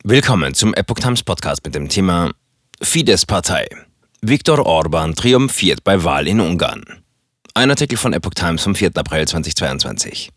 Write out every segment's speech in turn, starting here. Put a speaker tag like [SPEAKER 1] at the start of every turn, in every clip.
[SPEAKER 1] Willkommen zum Epoch Times Podcast mit dem Thema Fidesz-Partei. Viktor Orbán triumphiert bei Wahl in Ungarn. Ein Artikel von Epoch Times vom 4. April 2022.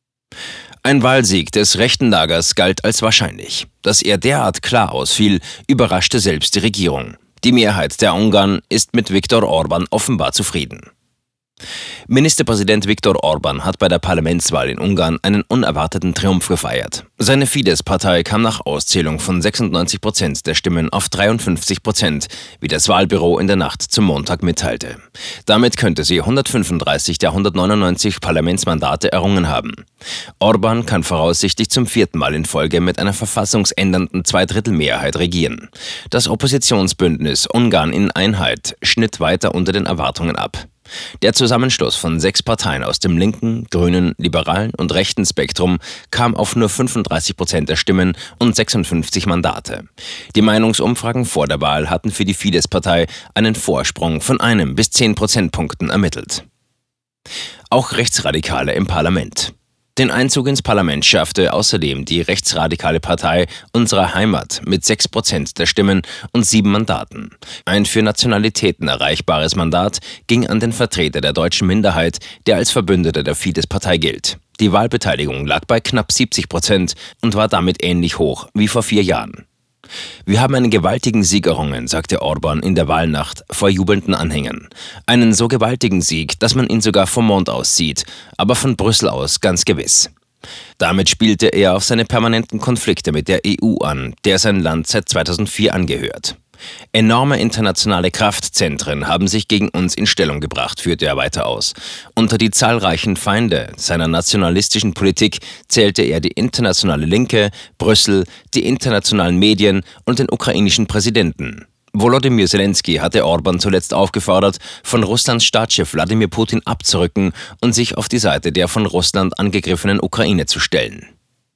[SPEAKER 1] Ein Wahlsieg des rechten Lagers galt als wahrscheinlich. Dass er derart klar ausfiel, überraschte selbst die Regierung. Die Mehrheit der Ungarn ist mit Viktor Orbán offenbar zufrieden. Ministerpräsident Viktor Orbán hat bei der Parlamentswahl in Ungarn einen unerwarteten Triumph gefeiert. Seine Fidesz-Partei kam nach Auszählung von 96% der Stimmen auf 53%, wie das Wahlbüro in der Nacht zum Montag mitteilte. Damit könnte sie 135 der 199 Parlamentsmandate errungen haben. Orbán kann voraussichtlich zum 4. Mal in Folge mit einer verfassungsändernden Zweidrittelmehrheit regieren. Das Oppositionsbündnis Ungarn in Einheit schnitt weiter unter den Erwartungen ab. Der Zusammenschluss von 6 Parteien aus dem linken, grünen, liberalen und rechten Spektrum kam auf nur 35% der Stimmen und 56 Mandate. Die Meinungsumfragen vor der Wahl hatten für die Fidesz-Partei einen Vorsprung von 1 bis 10 Prozentpunkten ermittelt. Auch Rechtsradikale im Parlament. Den Einzug ins Parlament schaffte außerdem die rechtsradikale Partei Unsere Heimat mit 6% der Stimmen und 7 Mandaten. Ein für Nationalitäten erreichbares Mandat ging an den Vertreter der deutschen Minderheit, der als Verbündeter der Fidesz-Partei gilt. Die Wahlbeteiligung lag bei knapp 70% und war damit ähnlich hoch wie vor 4 Jahren. Wir haben einen gewaltigen Sieg errungen, sagte Orbán in der Wahlnacht vor jubelnden Anhängern. Einen so gewaltigen Sieg, dass man ihn sogar vom Mond aus sieht, aber von Brüssel aus ganz gewiss. Damit spielte er auf seine permanenten Konflikte mit der EU an, der sein Land seit 2004 angehört. Enorme internationale Kraftzentren haben sich gegen uns in Stellung gebracht, führte er weiter aus. Unter die zahlreichen Feinde seiner nationalistischen Politik zählte er die internationale Linke, Brüssel, die internationalen Medien und den ukrainischen Präsidenten. Volodymyr Zelensky hatte Orbán zuletzt aufgefordert, von Russlands Staatschef Wladimir Putin abzurücken und sich auf die Seite der von Russland angegriffenen Ukraine zu stellen.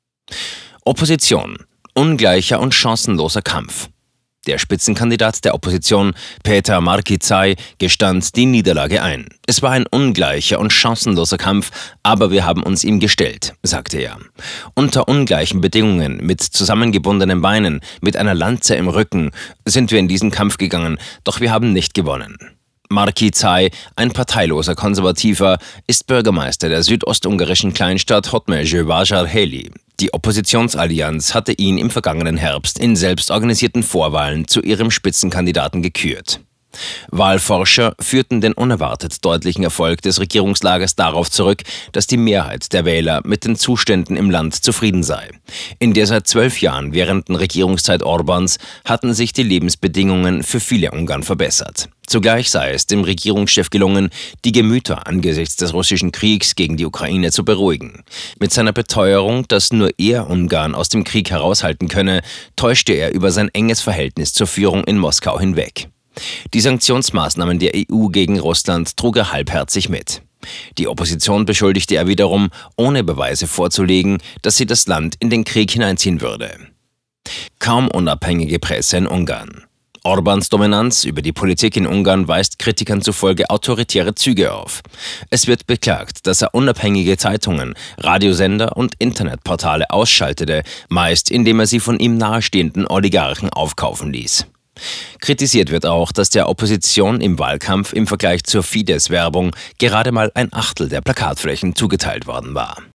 [SPEAKER 1] Opposition. Ungleicher und chancenloser Kampf. Der Spitzenkandidat der Opposition, Péter Marki-Zay, gestand die Niederlage ein. Es war ein ungleicher und chancenloser Kampf, aber wir haben uns ihm gestellt, sagte er. Unter ungleichen Bedingungen, mit zusammengebundenen Beinen, mit einer Lanze im Rücken, sind wir in diesen Kampf gegangen, doch wir haben nicht gewonnen. Marki-Zay, ein parteiloser Konservativer, ist Bürgermeister der südostungarischen Kleinstadt Hódmezővásárhely. Die Oppositionsallianz hatte ihn im vergangenen Herbst in selbstorganisierten Vorwahlen zu ihrem Spitzenkandidaten gekürt. Wahlforscher führten den unerwartet deutlichen Erfolg des Regierungslagers darauf zurück, dass die Mehrheit der Wähler mit den Zuständen im Land zufrieden sei. In der seit 12 Jahren währenden Regierungszeit Orbáns hatten sich die Lebensbedingungen für viele Ungarn verbessert. Zugleich sei es dem Regierungschef gelungen, die Gemüter angesichts des russischen Kriegs gegen die Ukraine zu beruhigen. Mit seiner Beteuerung, dass nur er Ungarn aus dem Krieg heraushalten könne, täuschte er über sein enges Verhältnis zur Führung in Moskau hinweg. Die Sanktionsmaßnahmen der EU gegen Russland trug er halbherzig mit. Die Opposition beschuldigte er wiederum, ohne Beweise vorzulegen, dass sie das Land in den Krieg hineinziehen würde. Kaum unabhängige Presse in Ungarn. Orbáns Dominanz über die Politik in Ungarn weist Kritikern zufolge autoritäre Züge auf. Es wird beklagt, dass er unabhängige Zeitungen, Radiosender und Internetportale ausschaltete, meist indem er sie von ihm nahestehenden Oligarchen aufkaufen ließ. Kritisiert wird auch, dass der Opposition im Wahlkampf im Vergleich zur Fidesz-Werbung gerade mal 1/8 der Plakatflächen zugeteilt worden war.